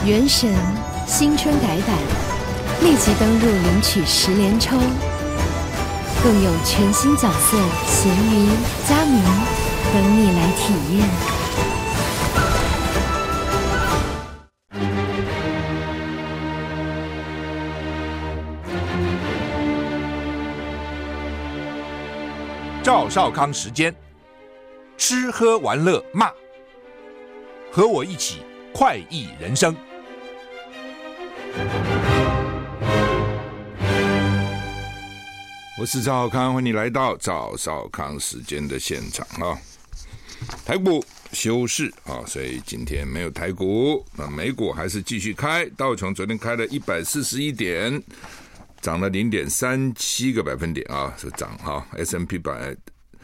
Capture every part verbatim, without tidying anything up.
原神新春改版，立即登入领取十连抽，更有全新角色咸鱼、佳明等你来体验。 赵少康时间，吃喝玩乐骂，和我一起快意人生。 我是赵少康，欢迎你来到赵少康时间的现场啊。台股休市啊，所以今天没有台股，那美股还是继续开，道琼昨天开了一百四十一点。涨了 零点三七 个百分点啊，是涨哈。S and P 百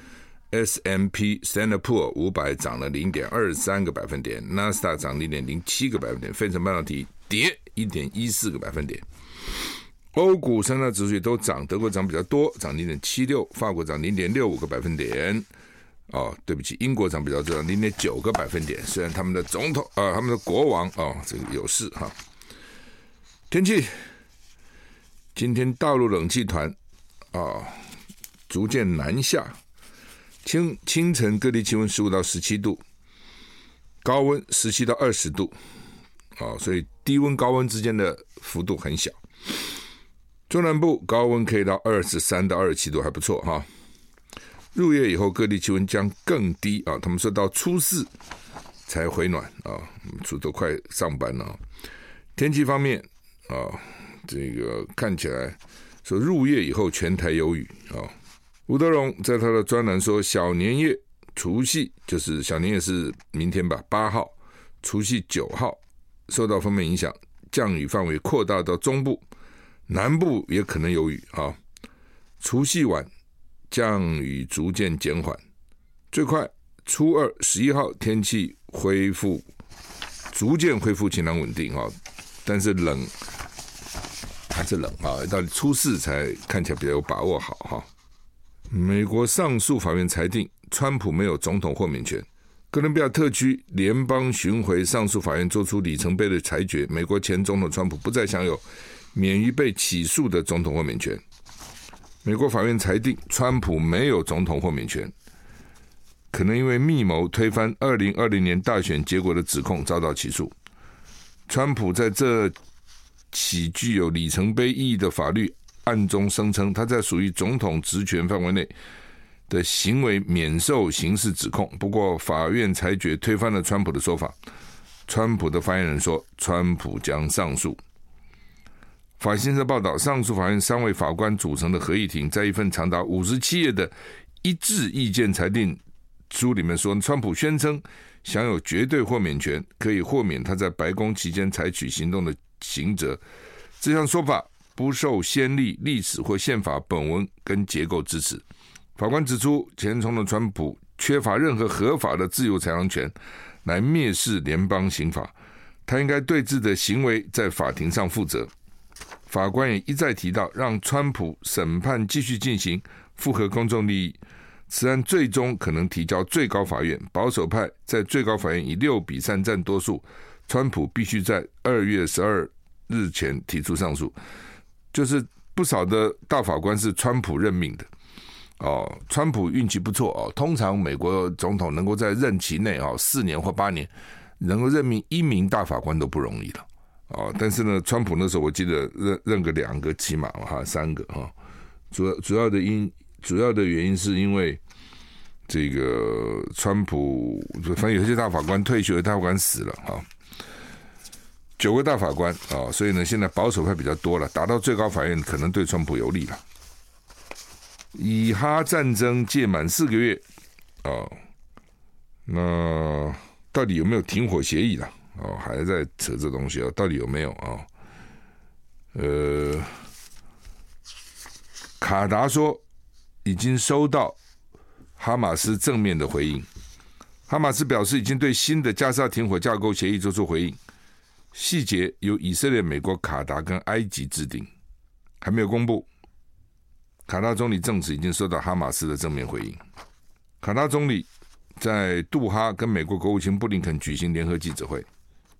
S and P Standard Poor 五百涨了 零点二三 个百分点， Nasdaq 涨 零点零七 个百分点，费城半导体跌 一点一四 个百分点。欧股三大指数也都涨，德国涨比较多，涨 零点七六， 法国涨 零点六五 个百分点。哦，对不起，英国涨比较多， 零点九 个百分点。虽然他们的总统啊、呃，他们的国王哦，这个有事哈。天气。今天大陆冷气团啊逐渐南下，清清晨各地气温十五到十七度，高温十七到二十度啊，所以低温高温之间的幅度很小。中南部高温可以到二十三到二十七度，还不错哈。入夜以后各地气温将更低啊，他们说到初四才回暖啊，初都快上班了。天气方面啊。这个看起来说入夜以后全台有雨啊。吴德荣在他的专栏说，小年夜除夕就是小年夜是明天吧，八号，除夕九号受到锋面影响，降雨范围扩大到中部，南部也可能有雨啊。除夕晚降雨逐渐减缓，最快初二十一号天气恢复，逐渐恢复晴朗稳定啊，但是冷。还是冷啊，到初四才看起来比较有把握好哈。美国上诉法院裁定，川普没有总统豁免权。哥伦比亚特区联邦巡回上诉法院做出里程碑的裁决，美国前总统川普不再享有免于被起诉的总统豁免权。美国法院裁定，川普没有总统豁免权，可能因为密谋推翻二零二零年大选结果的指控遭到起诉。川普在这起具有里程碑意义的法律案中声称，他在属于总统职权范围内的行为免受刑事指控。不过法院裁决推翻了川普的说法。川普的发言人说，川普将上诉。法新社报道，上诉法院三位法官组成的合议庭在一份长达五十七页的一致意见裁定书里面说，川普宣称享有绝对豁免权，可以豁免他在白宫期间采取行动的刑责。这项说法不受先例、历史或宪法本文跟结构支持。法官指出，前总统川普缺乏任何合法的自由裁量权来蔑视联邦刑法，他应该对自己的行为在法庭上负责。法官也一再提到，让川普审判继续进行符合公众利益。此案最终可能提交最高法院，保守派在最高法院以六比三占多数，川普必须在二月十二日前提出上诉。就是不少的大法官是川普任命的哦，川普运气不错哦。通常美国总统能够在任期内哦四年或八年能够任命一名大法官都不容易了哦。但是呢，川普那时候我记得任任个两个起码哈三个哈，主要主要的因主要的原因是因为这个川普反正有些大法官退休，大法官死了哈。九个大法官啊、哦，所以呢，现在保守派比较多了，打到最高法院可能对川普有利了。以哈战争届满四个月啊、哦，那到底有没有停火协议了？哦，还在扯这东西哦，到底有没有啊、哦？呃，卡达说已经收到哈马斯正面的回应，哈马斯表示已经对新的加沙停火架构协议做出回应。细节由以色列、美国、卡达跟埃及制定，还没有公布。卡达总理证实已经收到哈马斯的正面回应。卡达总理在杜哈跟美国国务卿布林肯举行联合记者会，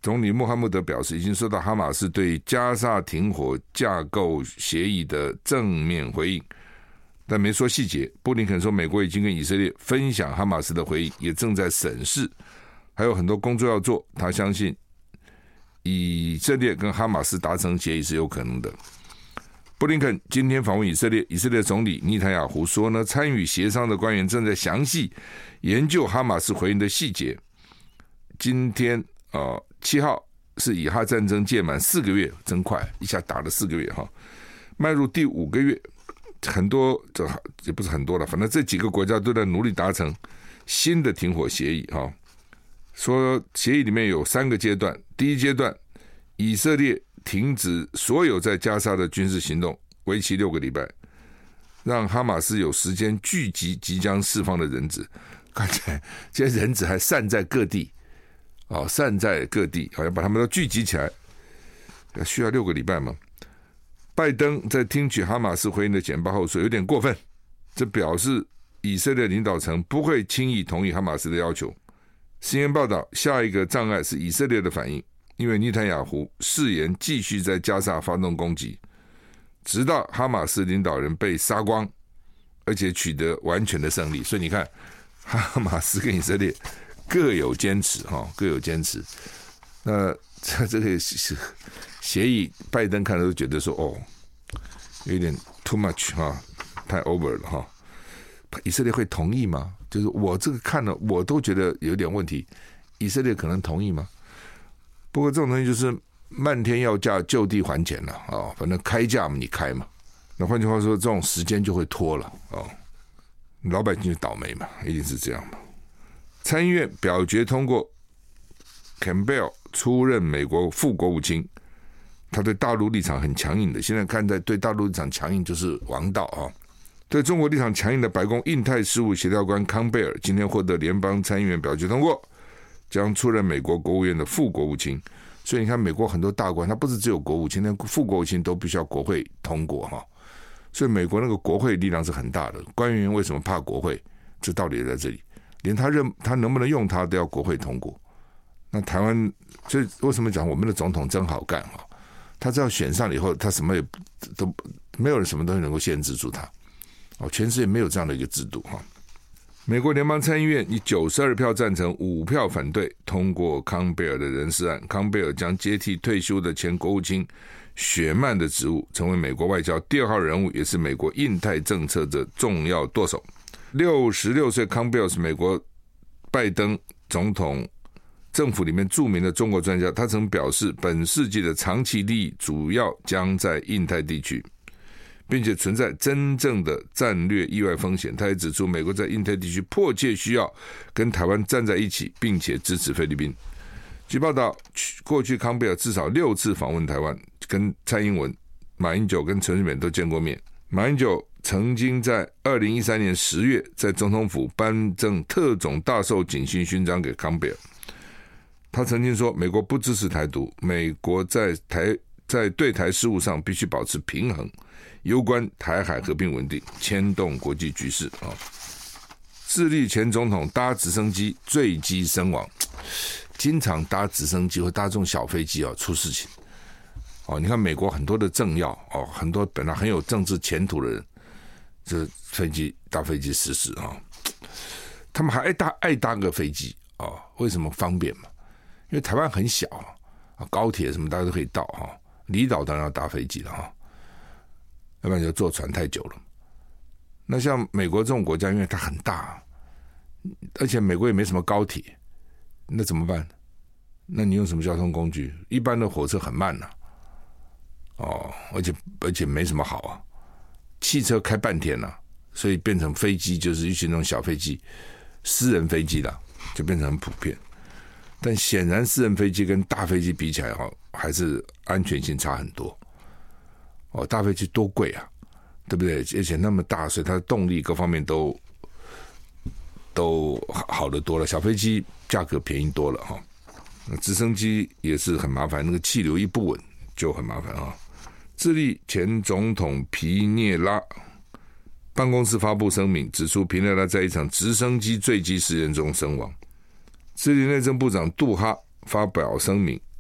总理穆罕默德表示，已经收到哈马斯对加沙停火架构协议的正面回应，但没说细节。布林肯说，美国已经跟以色列分享哈马斯的回应，也正在审视，还有很多工作要做。他相信以色列跟哈马斯达成协议是有可能的。布林肯今天访问以色列，以色列总理内塔尼亚胡说呢，参与协商的官员正在详细研究哈马斯回应的细节。今天呃七号是以哈战争届满四个月，真快，一下打了四个月哈，迈入第五个月，很多这也不是很多了，反正这几个国家都在努力达成新的停火协议哈。说协议里面有三个阶段，第一阶段，以色列停止所有在加沙的军事行动，为期六个礼拜，让哈马斯有时间聚集即将释放的人质。看起来这些人质还散在各地，哦，散在各地，好像把他们都聚集起来，需要六个礼拜吗？拜登在听取哈马斯回应的简报后说，有点过分，这表示以色列领导层不会轻易同意哈马斯的要求。C N N 报道，下一个障碍是以色列的反应，因为内塔尼亚胡誓言继续在加沙发动攻击，直到哈马斯领导人被杀光，而且取得完全的胜利。所以你看，哈马斯跟以色列各有坚持，各有坚持。那这个协议，拜登看了都觉得说，哦，有点 too much 太 over 了哈。以色列会同意吗？就是我这个看了，我都觉得有点问题。以色列可能同意吗？不过这种东西就是漫天要价，就地还钱了啊、哦！反正开价嘛，你开嘛。那换句话说，这种时间就会拖了啊、哦，老百姓就倒霉嘛，一定是这样嘛。参议院表决通过 Campbell 出任美国副国务卿，他对大陆立场很强硬的。现在看在对大陆立场强硬就是王道啊。对中国立场强硬的白宫印太事务协调官康贝尔今天获得联邦参议院表决通过，将出任美国国务院的副国务卿。所以你看，美国很多大官，他不是只有国务卿，连副国务卿都必须要国会通过哈。所以美国那个国会力量是很大的。官员为什么怕国会？这道理也在这里，连他认他能不能用他都要国会通过。那台湾，所以为什么讲我们的总统真好干哈？他只要选上了以后，他什么也都没有人什么东西能够限制住他。哦，全世界没有这样的一个制度哈。美国联邦参议院以九十二票赞成、五票反对通过康贝尔的人事案。康贝尔将接替退休的前国务卿雪曼的职务，成为美国外交第二号人物，也是美国印太政策的重要舵手。六十六岁康贝尔是美国拜登总统政府里面著名的中国专家，他曾表示，本世纪的长期利益主要将在印太地区，并且存在真正的战略意外风险。他也指出，美国在印太地区迫切需要跟台湾站在一起，并且支持菲律宾。据报道，过去康贝尔至少六次访问台湾，跟蔡英文、马英九跟陈水扁都见过面。马英九曾经在二零一三年十月在总统府颁赠特种大绶锦星勋章给康贝尔。他曾经说，美国不支持台独，美国在台在对台事务上必须保持平衡，攸关台海和平稳定，牵动国际局势啊。智利前总统搭直升机坠机身亡，经常搭直升机或搭这种小飞机啊出事情哦。你看美国很多的政要哦，很多本来很有政治前途的人，这飞机搭飞机失事啊，他们还爱搭爱搭个飞机啊、哦？为什么方便嘛？因为台湾很小啊，高铁什么大家都可以到哈，离岛当然要搭飞机了哈，要不然就坐船太久了。那像美国这种国家，因为它很大，而且美国也没什么高铁，那怎么办？那你用什么交通工具？一般的火车很慢呐、啊，哦，而且而且没什么好啊，汽车开半天呐、啊，所以变成飞机就是一些那种小飞机，私人飞机啦，就变成很普遍。但显然私人飞机跟大飞机比起来哈，还是安全性差很多。哦，大飞机多贵啊，对不对？而且那么大，所以它的动力各方面都都好得多了。小飞机价格便宜多了哈。那直升机也是很麻烦，那个气流一不稳就很麻烦啊。智利前总统皮涅拉办公室发布声明，指出皮涅拉在一场直升机坠机事件中身亡。智利内政部长杜哈发表声明，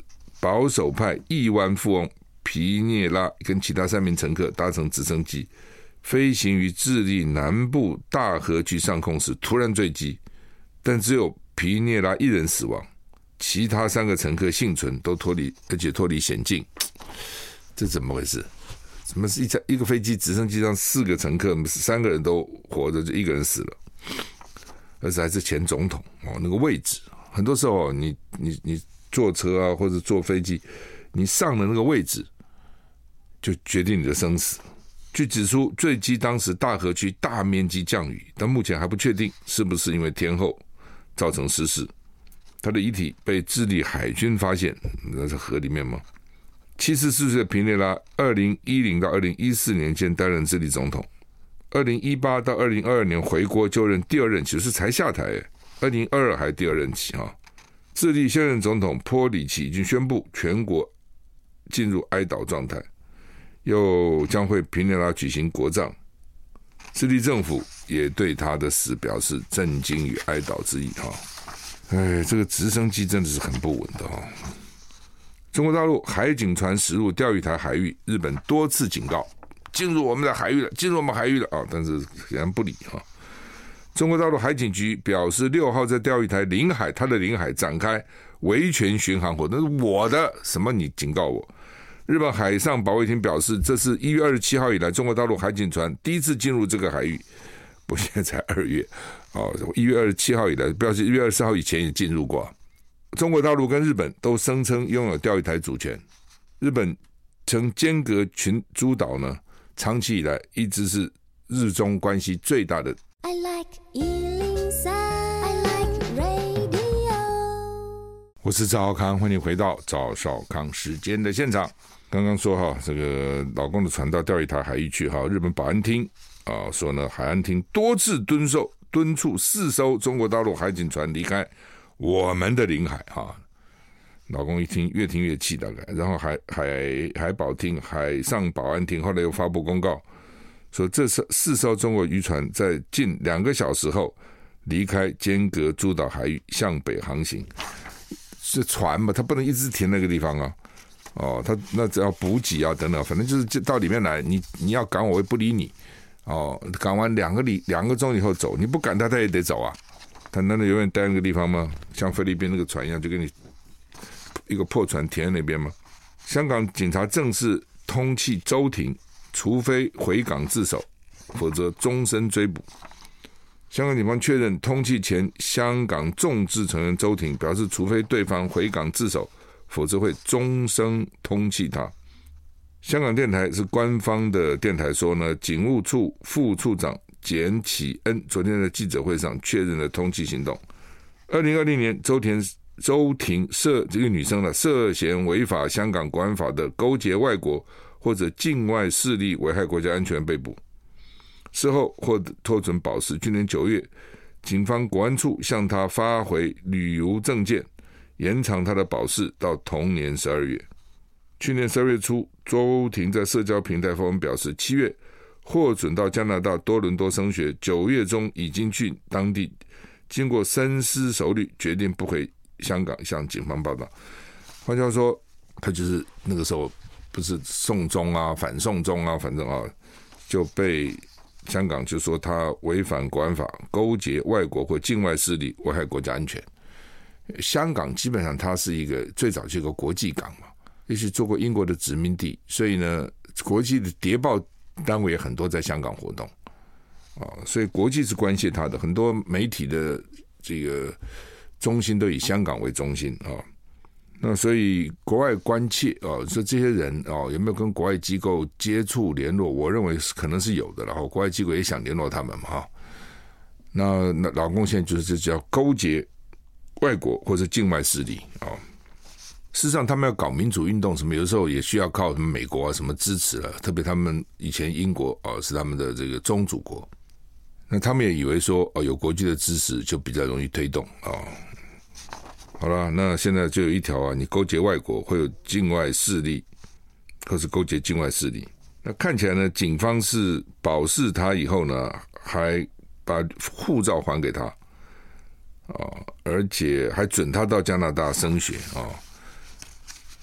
保守派亿万富翁皮涅拉跟其他三名乘客搭乘直升机飞行于智利南部大河区上空时突然坠机，但只有皮涅拉一人死亡，其他三个乘客幸存，都脱离，而且脱离险境。这怎么回事？怎么是一架一个飞机直升机上四个乘客，三个人都活着，就一个人死了，而且还是前总统哦，那个位置。很多时候你你你坐车啊或者坐飞机，你上的那个位置就决定你的生死。据指出，坠机当时大河区大面积降雨，但目前还不确定是不是因为天候造成失事。他的遗体被智利海军发现，那是河里面吗？七十四岁的皮涅拉，二零一零到二零一四年间担任智利总统，二零一八到二零二二年回国就任第二任期，是才下台，二零二二还第二任期哈。智利现任总统波里奇已经宣布全国进入哀悼状态，又将会皮涅拉举行国葬。智利政府也对他的死表示震惊与哀悼之意哈。哎，这个直升机真的是很不稳的哈。中国大陆海警船驶入钓鱼台海域，日本多次警告进入我们的海域了，进入我们海域了啊，但是显然不理哈。中国大陆海警局表示，六号在钓鱼台领海，它的领海展开维权巡航活动，那是我的什么？你警告我？日本海上保卫厅表示，这是一月二十七号以来中国大陆海警船第一次进入这个海域。不，现在才二月哦，一月二十七号以来，表示一月二十四号以前也进入过。中国大陆跟日本都声称拥有钓鱼台主权。日本称尖阁群诸岛呢，长期以来一直是日中关系最大的。I like 一零三 I like radio。我是赵少康，欢迎回到赵少康时间的现场。刚刚说哈，这个老公的船到钓鱼台海域去哈，日本保安厅啊说呢，海安厅多次敦促敦促四艘中国大陆海警船离开我们的领海哈。老公一听越听越气，大概，然后海海海保厅、海上保安厅后来又发布公告，说这四艘中国渔船在近两个小时后离开尖阁诸岛海域，向北航行。是船嘛，它不能一直停那个地方啊。哦，他那只要补给啊等等，反正就是到里面来，你你要赶我，我也不理你。哦，赶完两个里两个钟以后走，你不赶他，他也得走啊。他难道永远待那个地方吗？像菲律宾那个船一样，就给你一个破船停在那边吗？香港警察正式通缉周庭，除非回港自首，否则终身追捕。香港警方确认通缉前香港众志成员周庭，表示除非对方回港自首，否则会终身通缉他。香港电台是官方的电台说呢，警务处副处长简启恩昨天在记者会上确认了通缉行动。二零二零年，周庭周庭涉这个女生呢涉嫌违法香港国安法的勾结外国或者境外势力危害国家安全被捕，事后获特准保释。去年九月，警方国安处向他发回旅游证件，延长他的保释到同年十二月。去年十二月初，周庭在社交平台发文表示，七月获准到加拿大多伦多升学，九月中已经去当地，经过深思熟虑，决定不回香港向警方报道。换句话说，他就是那个时候不是送中啊、反送中啊，反正啊就被香港就说他违反国安法，勾结外国或境外势力危害国家安全。香港基本上它是一个最早就一个国际港嘛，也许做过英国的殖民地，所以呢，国际的谍报单位也很多在香港活动啊，所以国际是关切它的，很多媒体的这个中心都以香港为中心啊。那所以国外关切啊，说这些人啊有没有跟国外机构接触联络？我认为可能是有的，然后国外机构也想联络他们嘛哈。那那老公现在就是叫勾结外国或者境外势力啊。事实上，他们要搞民主运动什么，有时候也需要靠什么美国啊什么支持了。特别他们以前英国啊是他们的这个宗主国，那他们也以为说哦有国际的支持就比较容易推动啊。好了，那现在就有一条啊，你勾结外国会有境外势力，或是勾结境外势力。那看起来呢，警方是保释他以后呢，还把护照还给他啊，而且还准他到加拿大升学啊。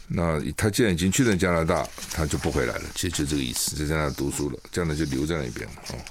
那他既然已经去了加拿大，他就不回来了，其实就这个意思，就在那读书了，这样的就留在那边了。哦，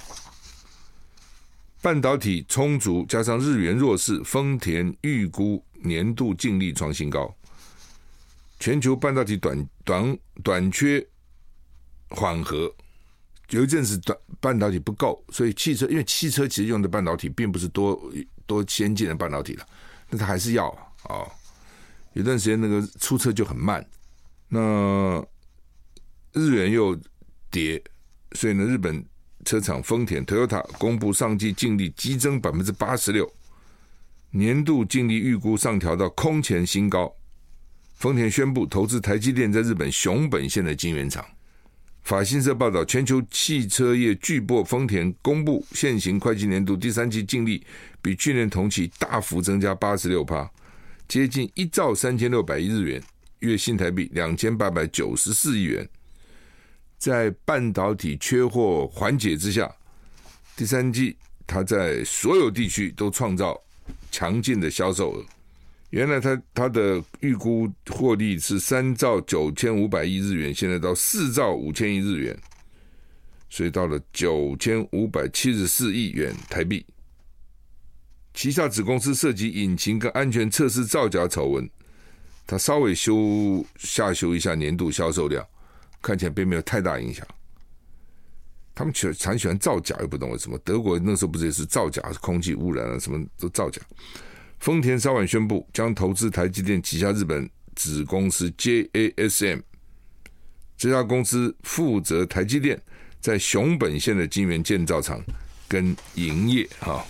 半导体充足，加上日元弱势，丰田预估年度净利创新高。全球半导体短短短缺缓和，有一阵子短半导体不够，所以汽车因为汽车其实用的半导体并不是多多先进的半导体了，那它还是要啊。哦，有段时间那个出车就很慢，那日元又跌，所以呢，日本车厂丰田 Toyota 公布上季净利激增 百分之八十六， 年度净利预估上调到空前新高。丰田宣布投资台积电在日本熊本县的晶圆厂。法新社报道，全球汽车业巨擘丰田公布现行会计年度第三季净利比去年同期大幅增加 百分之八十六， 接近一兆三千六百亿日元，约新台币两千八百九十四亿元。在半导体缺货缓解之下，第三季它在所有地区都创造强劲的销售额。原来它它的预估获利是三兆九千五百亿日元，现在到四兆五千亿日元，所以到了九千五百七十四亿元台币。旗下子公司涉及引擎跟安全测试造假丑闻，它稍微修下修一下年度销售量，看起来并没有太大影响。他们常喜欢造假，又不懂为什么。德国那时候不是也是造假，空气污染啊，什么都造假。丰田稍晚宣布将投资台积电旗下日本子公司 J A S M， 这家公司负责台积电在熊本县的晶圆建造厂跟营业哈。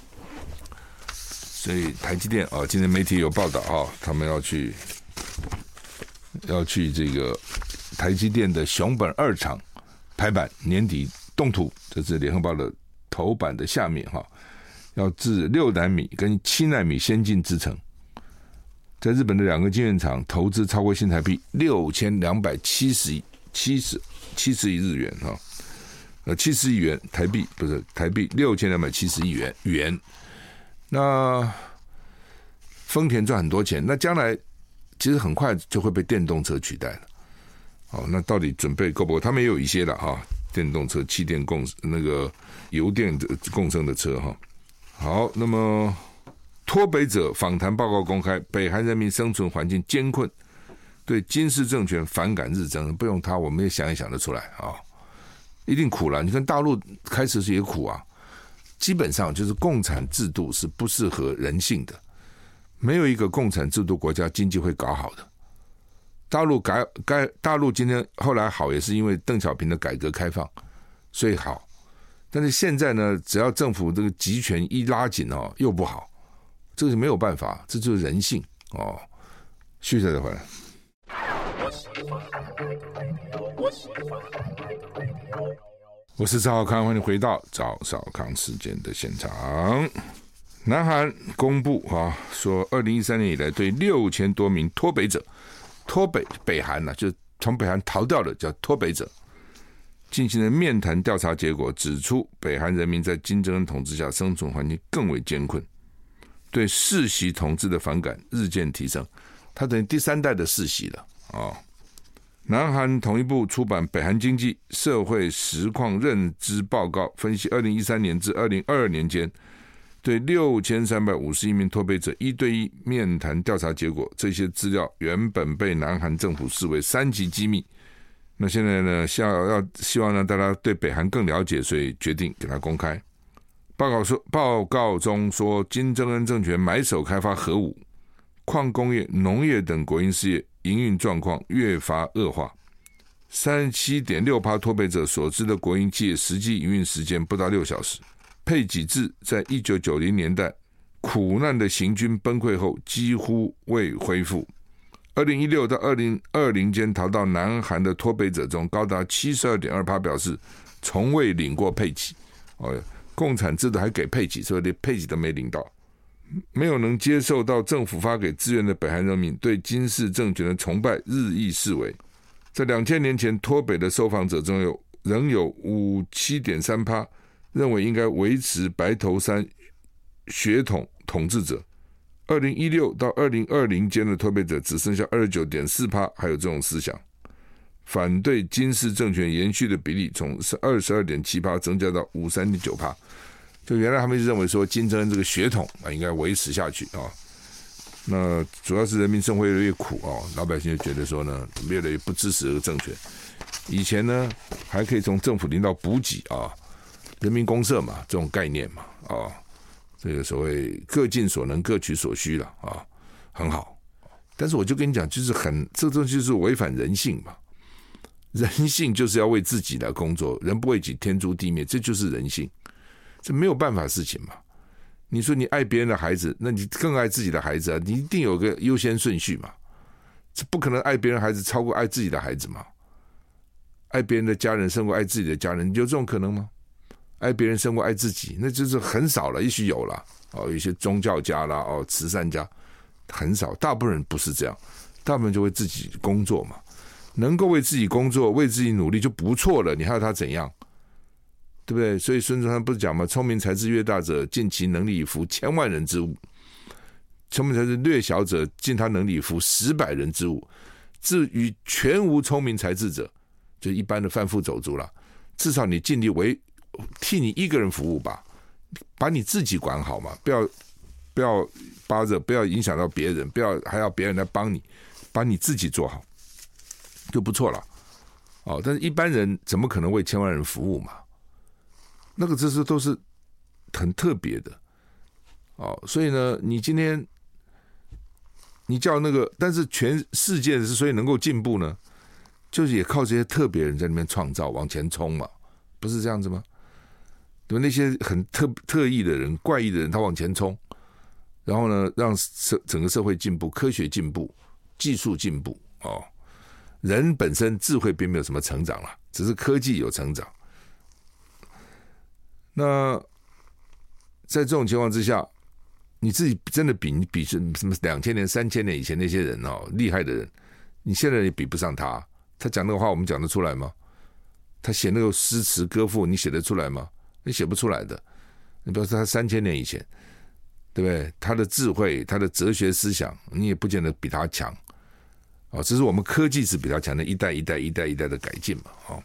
所以台积电啊，今天媒体有报道啊，他们要去要去这个台积电的熊本二厂排版，年底动土，这是联合报的头版的下面哈。要制六奈米跟七奈米先进制程，在日本的两个晶圆厂投资超过新台币六千两百七十亿七十七十亿日元哈，呃七十亿元台币不是台币六千两百七十亿元元。那丰田赚很多钱，那将来其实很快就会被电动车取代了。好，那到底准备够不够？他们也有一些的哈，电动车、气电共那个油电共生的车哈。好，那么脱北者访谈报告公开，北韩人民生存环境艰困，对金氏政权反感日增。不用他，我们也想一想得出来啊，一定苦了。你看大陆开始是也苦啊，基本上就是共产制度是不适合人性的，没有一个共产制度国家经济会搞好的。大陆改改大陆今天后来好，也是因为邓小平的改革开放，所以好。但是现在呢，只要政府这个集权一拉紧哦，又不好，这个是没有办法，这就是人性哦。续下再回来。我是赵少康，欢迎回到赵少康时间的现场。南韩公布啊，说二零一三年以来对六千多名脱北者，脱北北韩呢、啊，就是从北韩逃掉的叫脱北者。进行了面谈调查，结果指出，北韩人民在金正恩统治下生存环境更为艰困，对世袭统治的反感日渐提升。他等于第三代的世袭了啊、哦！南韩统一部出版《北韩经济社会实况认知报告》，分析二零一三年至二零二二年间对六千三百五十一名脱北者一对一面谈调查结果。这些资料原本被南韩政府视为三级机密。那现在呢，希望要希望让大家对北韩更了解，所以决定给它公开。报告说，报告中说，金正恩政权埋首开发核武、矿工业、农业等国营事业，营运状况越发恶化。三十七点六趴脱北者所知的国营企业实际营运时间不到六小时。配给制在一九九零年代苦难的行军崩溃后几乎未恢复。二零一六到二零二零间逃到南韩的脱北者中，高达 百分之七十二点二 表示从未领过配给、哦、共产制度还给配给，所以连配给都没领到。没有能接受到政府发给资源的北韩人民对金氏政权的崇拜日益式微。在两千年前脱北的受访者中有仍有 百分之五十七点三 认为应该维持白头山血统统治者。 二零一六到二零二零间的投票者只剩下 百分之二十九点四， 还有这种思想。反对金氏政权延续的比例从 二十二点七 增加到 五十三点九。 就原来他们是认为说金正恩这个血统应该维持下去啊，那主要是人民生活越来越苦啊，老百姓就觉得说呢越来越不支持这个政权。以前呢还可以从政府领到补给啊，人民公社嘛，这种概念嘛啊，这个所谓各尽所能各取所需了啊，很好。但是我就跟你讲，就是很这个东西就是违反人性嘛。人性就是要为自己来工作，人不为己，天诛地灭，这就是人性，这没有办法的事情嘛。你说你爱别人的孩子，那你更爱自己的孩子啊，你一定有个优先顺序嘛。这不可能爱别人的孩子超过爱自己的孩子嘛。爱别人的家人胜过爱自己的家人，有这种可能吗？爱别人胜过爱自己，那就是很少了，也许有了哦，有些宗教家啦，哦，慈善家很少，大部分人不是这样，大部分就会自己工作嘛。能够为自己工作，为自己努力就不错了，你还要他怎样？对不对？所以孙中山不是讲吗？聪明才智越大者，尽其能力以服千万人之务；聪明才智略小者，尽他能力以服十百人之务。至于全无聪明才智者，就一般的贩夫走卒了，至少你尽力为替你一个人服务吧，把你自己管好嘛，不要不要巴着，不要影响到别人，不要还要别人来帮你，把你自己做好。就不错了，哦，但是一般人怎么可能为千万人服务嘛？那个这是都是很特别的，哦，所以呢，你今天你叫那个，但是全世界之所以能够进步呢，就是也靠这些特别人在那边创造往前冲嘛，不是这样子吗？对吧？那些很特特异的人、怪异的人，他往前冲，然后呢，让社整个社会进步、科学进步、技术进步，哦。人本身智慧并没有什么成长了，只是科技有成长。那在这种情况之下，你自己真的比比什么两千年、三千年以前那些人哦厉害的人，你现在也比不上他。他讲那个话，我们讲得出来吗？他写那个诗词歌赋，你写得出来吗？你写不出来的。你比如说他三千年以前，对不对？他的智慧、他的哲学思想，你也不见得比他强。哦，只是我们科技是比较强的，一代一代一代一代的改进嘛，哦，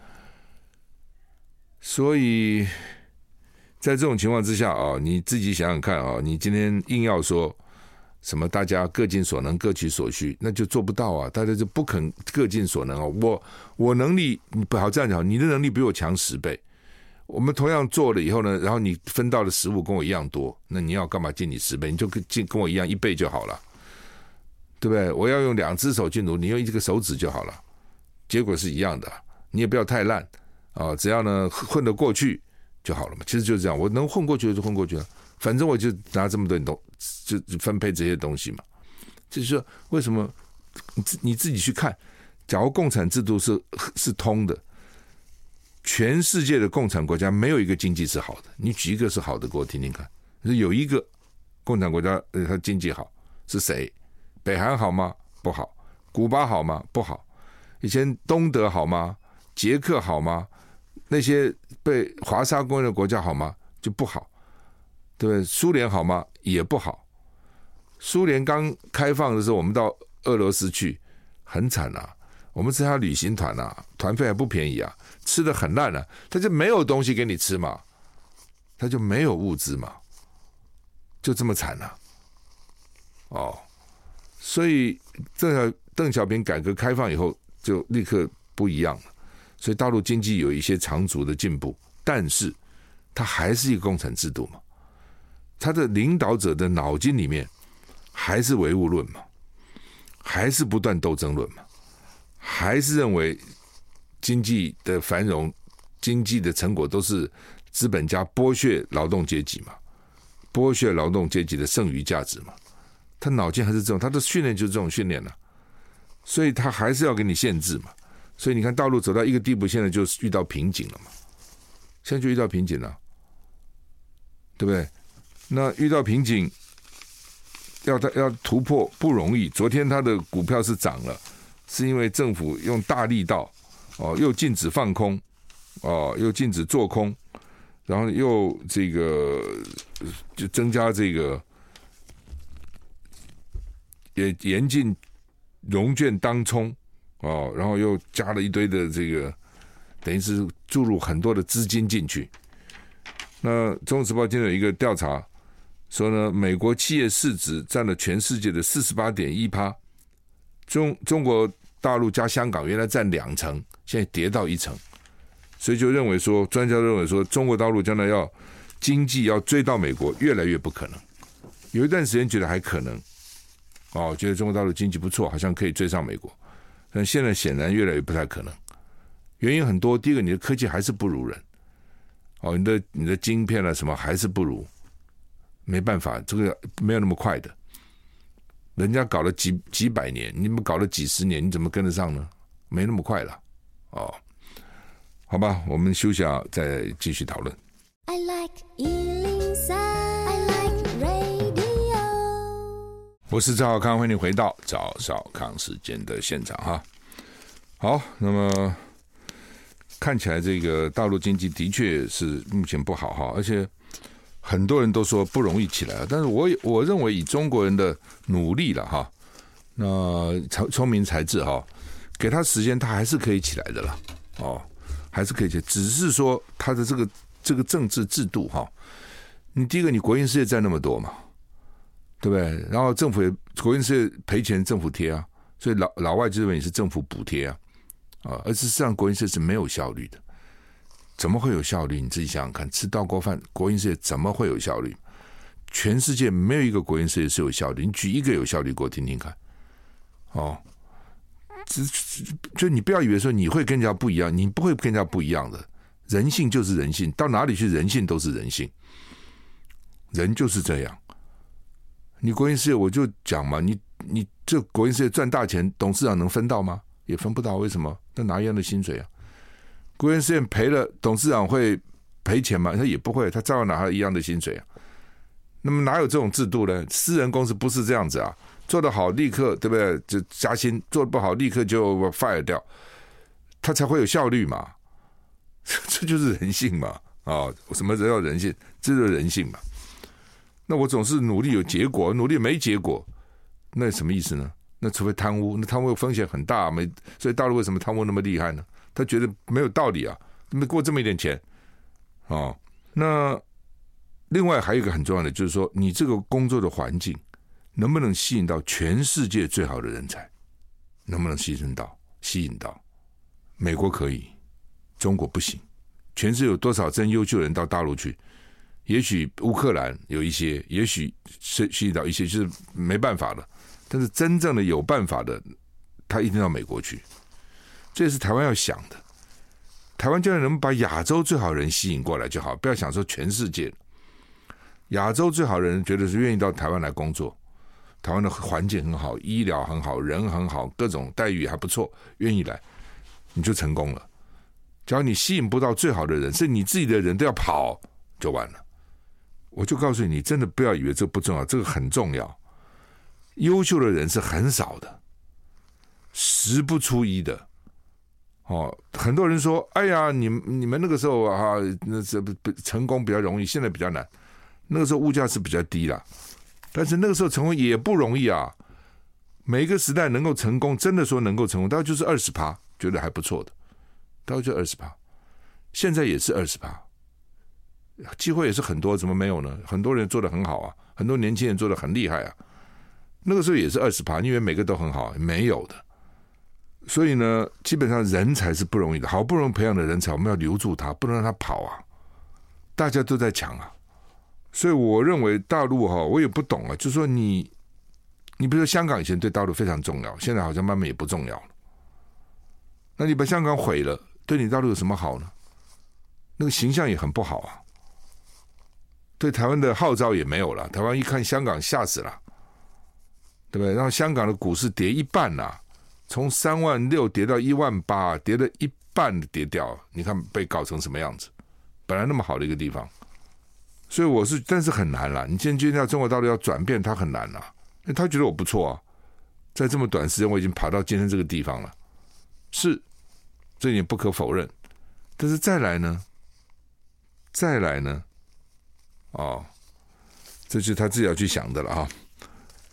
所以在这种情况之下啊，你自己想想看啊，你今天硬要说什么大家各尽所能各取所需，那就做不到啊，大家就不肯各尽所能啊。我我能力你不好这样讲，你的能力比我强十倍，我们同样做了以后呢，然后你分到的食物跟我一样多，那你要干嘛尽你十倍？你就跟跟我一样一倍就好了。对不对？我要用两只手去努，你用一个手指就好了，结果是一样的。你也不要太烂啊，只要呢混得过去就好了嘛。其实就是这样，我能混过去就混过去了，反正我就拿这么多东，就分配这些东西嘛。就是说，为什么你自己去看，假如共产制度是是通的，全世界的共产国家没有一个经济是好的。你举一个是好的给我听听看。有一个共产国家，呃，它经济好是谁？北韩好吗？不好。古巴好吗？不好。以前东德好吗？捷克好吗？那些被华沙公约的国家好吗？就不好，对不对？苏联好吗？也不好。苏联刚开放的时候，我们到俄罗斯去，很惨啊。我们是他旅行团啊，团费还不便宜啊，吃的很烂啊，他就没有东西给你吃嘛，他就没有物资嘛，就这么惨啊。哦。所以邓小邓小平改革开放以后就立刻不一样了，所以大陆经济有一些长足的进步，但是它还是一个共产制度嘛，他的领导者的脑筋里面还是唯物论嘛，还是不断斗争论嘛，还是认为经济的繁荣、经济的成果都是资本家剥削劳动阶级嘛，剥削劳动阶级的剩余价值嘛。他脑筋还是这种，他的训练就是这种训练了、啊，所以他还是要给你限制嘛。所以你看大陆走到一个地步，现在就遇到瓶颈了嘛，现在就遇到瓶颈了，对不对？那遇到瓶颈，要他要突破不容易。昨天他的股票是涨了，是因为政府用大力道哦，又禁止放空哦，又禁止做空，然后又这个就增加这个。 也严禁融券当冲哦，然后又加了一堆的这个，等于是注入很多的资金进去。那《中国时报》今天有一个调查说呢，美国企业市值占了全世界的 百分之四十八点一， 中中国大陆加香港原来占两成，现在跌到一成，所以就认为说，专家认为说，中国大陆将来要经济要追到美国，越来越不可能。有一段时间觉得还可能，哦，觉得中国大陆经济不错，好像可以追上美国，但现在显然越来越不太可能。原因很多，第一个，你的科技还是不如人，哦，你的你的晶片啊什么还是不如，没办法，这个没有那么快的。人家搞了几几百年，你们搞了几十年，你怎么跟得上呢？没那么快了，哦，好吧，我们休息啊，再继续讨论。I like 一零三 I like radio。我是赵少康，欢迎你回到赵少康时间的现场哈。好，那么看起来这个大陆经济的确是目前不好哈，而且很多人都说不容易起来，但是我我认为以中国人的努力了哈，那聪明才智哈，给他时间，他还是可以起来的啦，哦，还是可以起来，只是说他的这个这个政治制度哈，你第一个你国营事业占那么多嘛，对不对？然后政府也国营事业赔钱，政府贴啊，所以老老外就认为你是政府补贴啊，啊，而事实上国营事业是没有效率的。怎么会有效率？你自己想想看，吃倒锅饭，国营事业怎么会有效率？全世界没有一个国营事业是有效率。你举一个有效率给我听听看。哦，就你不要以为说你会跟人家不一样，你不会跟人家不一样的。人性就是人性，到哪里去人性都是人性，人就是这样。你国营事业我就讲嘛，你你这国营事业赚大钱，董事长能分到吗？也分不到，为什么？那拿一样的薪水啊。国营事业赔了，董事长会赔钱吗？他也不会，他照样拿他一样的薪水啊。那么哪有这种制度呢？私人公司不是这样子啊，做得好立刻对不对？就加薪，做得不好立刻就 fire 掉，他才会有效率嘛。这就是人性嘛啊、哦！什么叫人性？这就是人性嘛。那我总是努力有结果，努力没结果，那什么意思呢？那除非贪污，那贪污风险很大，没，所以大陆为什么贪污那么厉害呢？他觉得没有道理啊，没过这么一点钱哦。那另外还有一个很重要的，就是说你这个工作的环境能不能吸引到全世界最好的人才？能不能吸引到？吸引到？美国可以，中国不行。全世界有多少真优秀的人到大陆去？也许乌克兰有一些，也许吸引到一些，就是没办法了。但是真正的有办法的，他一定到美国去。这也是台湾要想的，台湾将来能把亚洲最好的人吸引过来就好，不要想说全世界。亚洲最好的人觉得是愿意到台湾来工作，台湾的环境很好，医疗很好，人很好，各种待遇还不错，愿意来，你就成功了。只要你吸引不到最好的人，是你自己的人都要跑，就完了。我就告诉你，你真的不要以为这不重要，这个很重要。优秀的人是很少的，十不出一的。哦，很多人说，哎呀，你你们那个时候啊，那这成功比较容易，现在比较难。那个时候物价是比较低啦，但是那个时候成功也不容易啊。每一个时代能够成功，真的说能够成功，大概就是二十趴，觉得还不错的，大概就二十趴。现在也是二十趴，机会也是很多，怎么没有呢？很多人做得很好啊，很多年轻人做得很厉害啊。那个时候也是二十趴，因为每个都很好，没有的。所以呢，基本上人才是不容易的，好不容易培养的人才，我们要留住他，不能让他跑啊！大家都在抢啊，所以我认为大陆哈，我也不懂啊，就是说你，你比如说香港以前对大陆非常重要，现在好像慢慢也不重要了。那你把香港毁了，对你大陆有什么好呢？那个形象也很不好啊，对台湾的号召也没有了。台湾一看香港吓死了，对不对？让香港的股市跌一半呐、啊。从三万六跌到一万八，跌了一半跌掉，你看被搞成什么样子？本来那么好的一个地方，所以我是，但是很难啦。你今天今天要中国大陆要转变，它很难啦。因为他觉得我不错啊，在这么短时间我已经爬到今天这个地方了，是，这一点不可否认。但是再来呢？再来呢？哦，这就是他自己要去想的了啊。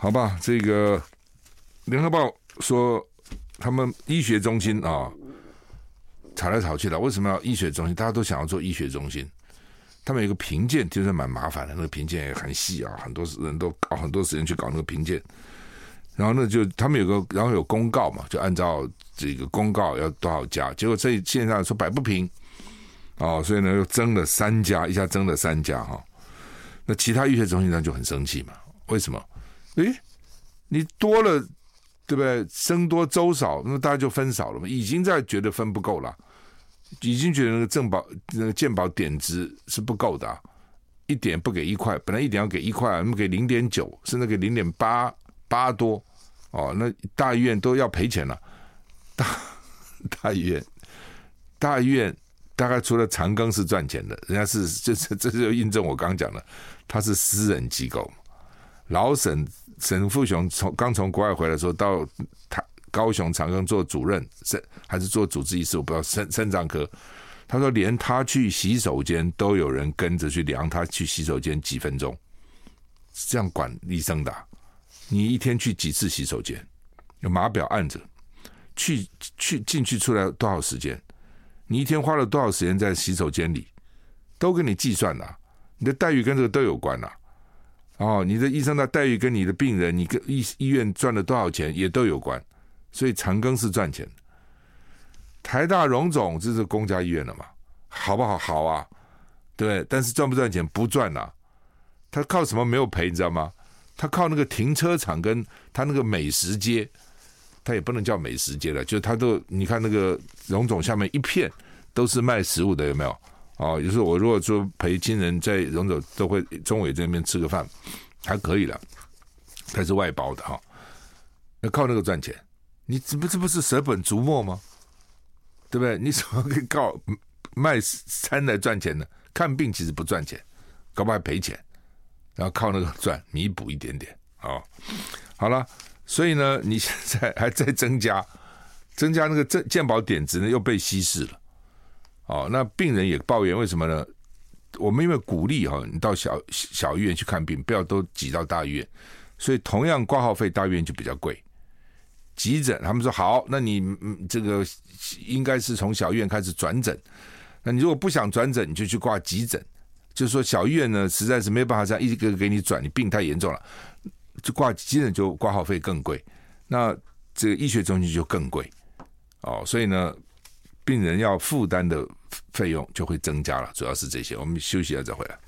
好吧，这个联合报说他们医学中心啊，吵来吵去的，为什么要医学中心？大家都想要做医学中心。他们有一个评鉴，就是蛮麻烦的，那个评鉴也很细啊，很多人都搞很多时间去搞那个评鉴。然后呢，就他们有个，然后有公告嘛，就按照这个公告要多少家，结果这线上说摆不平，哦，所以呢又增了三家，一下增了三家哈、哦。那其他医学中心呢就很生气嘛，为什么？诶，你多了，对不对？僧多粥少，那大家就分少了嘛，已经在觉得分不够了。已经觉得那个健保那个健保点值是不够的、啊，一点不给一块，本来一点要给一块，我们给零点九，甚至给零点八八多，哦，那大医院都要赔钱了。大大医院，大医院大概除了长庚是赚钱的，人家是这这这就印证我刚刚讲的，它是私人机构。老沈沈富雄从刚从国外回来的时候到台。高雄长庚做主任还是做主治医师，我不知道肾肾脏科。他说连他去洗手间都有人跟着去量他去洗手间几分钟，是这样管医生的、啊。你一天去几次洗手间？有码表按着，去去进去出来多少时间？你一天花了多少时间在洗手间里？都给你计算了、啊，你的待遇跟这个都有关了、啊。哦，你的医生的待遇跟你的病人，你跟医医院赚了多少钱也都有关。所以长庚是赚钱的，台大荣总这是公家医院了嘛，好不好？好啊，对不对？但是赚不赚钱？不赚啊！他靠什么没有赔？你知道吗？他靠那个停车场跟他那个美食街，他也不能叫美食街了，就他都你看那个荣总下面一片都是卖食物的，有没有？哦，有时候我如果说陪亲人在荣总都会中尾这边吃个饭，还可以了，他是外包的哈、哦，那靠那个赚钱。你这不这不是舍本逐末吗？对不对？你怎么可以靠卖餐来赚钱呢？看病其实不赚钱，搞不好还赔钱，然后靠那个赚弥补一点点哦。好了，所以呢，你现在还在增加，增加那个健保点值呢，又被稀释了。哦，那病人也抱怨，为什么呢？我们因为鼓励哈、哦，你到小小医院去看病，不要都挤到大医院，所以同样挂号费，大医院就比较贵。急诊，他们说好，那你这个应该是从小医院开始转诊。那你如果不想转诊，你就去挂急诊。就是说小医院呢，实在是没有办法这样一个个给你转，你病太严重了，就挂急诊就挂号费更贵。那这个医学中心就更贵哦，所以呢，病人要负担的费用就会增加了，主要是这些。我们休息一下再回来。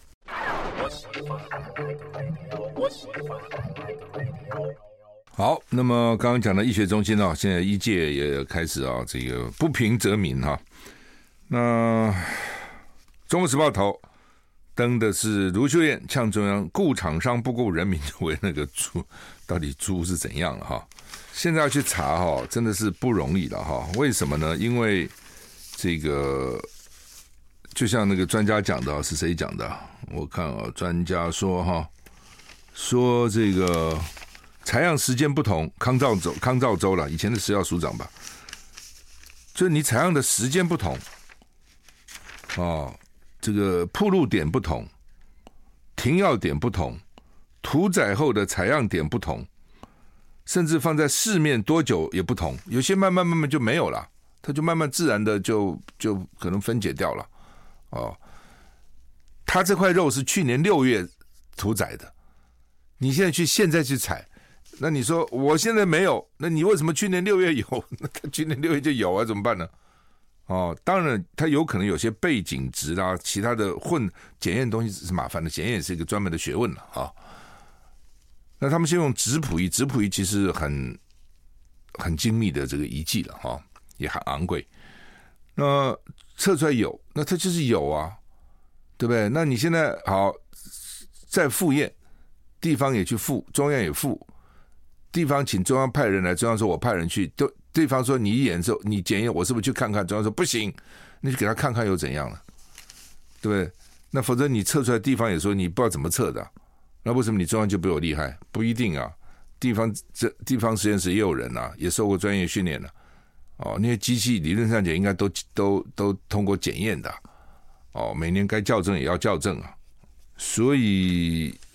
好，那么刚刚讲的医学中心呢、哦，现在医界也开始啊，这个不平则鸣哈。那《中国时报》头登的是卢秀燕呛中央顾厂商不顾人民为那个猪，到底猪是怎样了哈？现在要去查哈，真的是不容易了哈。为什么呢？因为这个就像那个专家讲的，是谁讲的？我看啊，专家说哈，说这个。采样时间不同，康兆洲康兆洲了，以前的食药署长吧，就是你采样的时间不同，哦，这个曝露点不同，停药点不同，屠宰后的采样点不同，甚至放在市面多久也不同，有些慢慢慢慢就没有了，它就慢慢自然的就就可能分解掉了，哦，它这块肉是去年六月屠宰的，你现在去现在去采。那你说我现在没有，那你为什么去年六月有？那他去年六月就有啊，怎么办呢？哦，当然他有可能有些背景值啦，其他的混检验东西是麻烦的，检验也是一个专门的学问了啊、哦。那他们先用质谱仪，质谱仪其实很很精密的这个仪器了哈、哦，也很昂贵。那测出来有，那它就是有啊，对不对？那你现在好再复验，地方也去复，中央也复。地方请中央派人来，中央说我派人去，都地方说你验之后你检验，我是不是去看看？中央说不行，你就给他看看又怎样了，对不对？那否则你测出来，地方也说你不知道怎么测的、啊，那为什么你中央就比我厉害？不一定啊，地方这地方实验室也有人啊，也受过专业训练的、啊，哦，那些机器理论上讲应该都都都通过检验的、啊，哦，每年该校正也要校正啊，所以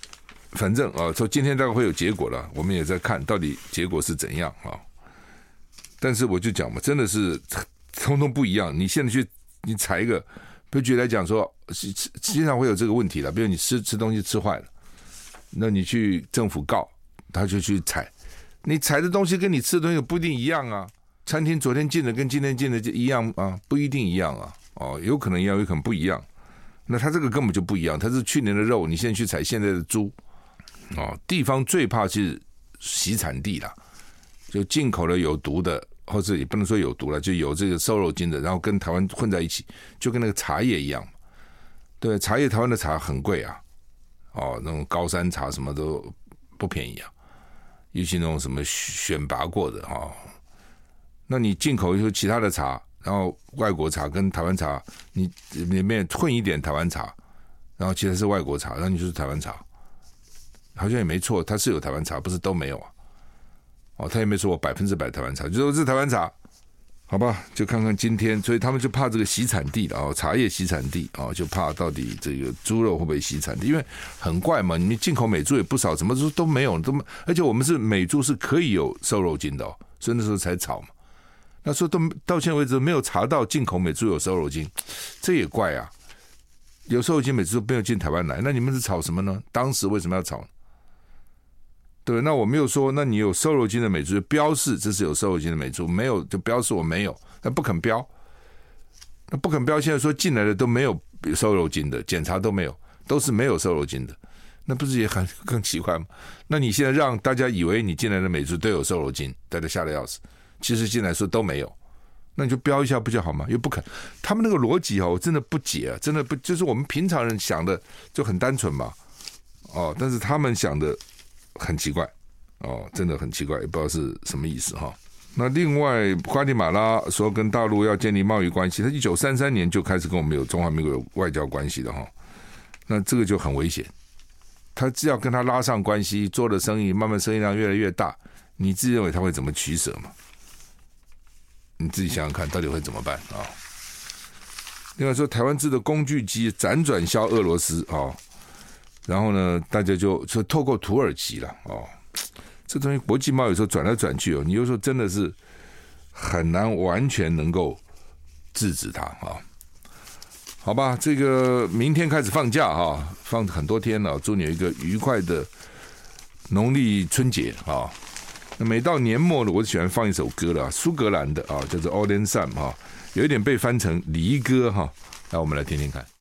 反正啊，说今天大概会有结果了，我们也在看到底结果是怎样啊。但是我就讲嘛，真的是通通不一样。你现在去你采一个，比如举例来讲说，经常会有这个问题了，比如你吃吃东西吃坏了，那你去政府告，他就去采，你采的东西跟你吃的东西不一定一样啊。餐厅昨天进的跟今天进的就一样啊，不一定一样啊。哦，有可能一样，有可能不一样。那他这个根本就不一样，他是去年的肉，你现在去采现在的猪。哦，地方最怕是洗产地啦，就进口了有毒的，或者也不能说有毒了，就有这个瘦肉精的，然后跟台湾混在一起，就跟那个茶叶一样。对，茶叶台湾的茶很贵啊，哦，那种高山茶什么都不便宜啊，尤其那种什么选拔过的哈、哦。那你进口一些其他的茶，然后外国茶跟台湾茶，你里面混一点台湾茶，然后其实是外国茶，那你就是台湾茶。好像也没错，它是有台湾茶，不是都没有啊。哦，他也没说我百分之百台湾茶，就说是台湾茶，好吧？就看看今天，所以他们就怕这个洗产地了哦，茶叶洗产地哦，就怕到底这个猪肉会不会洗产地？因为很怪嘛，你进口美猪也不少，怎么说都没有，都而且我们是美猪是可以有瘦肉精的哦，所以那时候才炒嘛。那说都到现在为止没有查到进口美猪有瘦肉精，这也怪啊。有瘦肉精美猪没有进台湾来，那你们是炒什么呢？当时为什么要炒？对，那我没有说，那你有瘦肉精的美猪标示这是有瘦肉精的美猪，没有就标示我没有，那不肯标，那不肯标，现在说进来的都没有瘦肉精的，检查都没有，都是没有瘦肉精的，那不是也很更奇怪吗？那你现在让大家以为你进来的美猪都有瘦肉精，大家吓得要死，其实进来说都没有，那你就标一下不就好吗？又不肯，他们那个逻辑哦，我真的不解啊，真的不，就是我们平常人想的就很单纯嘛，哦，但是他们想的很奇怪哦，真的很奇怪，也不知道是什么意思哈。那另外，瓜地马拉说跟大陆要建立贸易关系，他一九三三年就开始跟我们有中华民国有外交关系的哈。那这个就很危险，他只要跟他拉上关系，做的生意慢慢生意量越来越大，你自己认为他会怎么取舍嘛？你自己想想看，到底会怎么办啊？另外说，台湾制的工具机辗转销俄罗斯啊。然后呢，大家就就透过土耳其了哦，这东西国际贸易有时候转来转去哦，你有时候真的是很难完全能够制止它啊。好吧，这个明天开始放假哈，放很多天了，祝你有一个愉快的农历春节啊。那每到年末了，我喜欢放一首歌了，苏格兰的啊，叫做《Old and Sam》哈，有一点被翻成离歌哈，来我们来听听看。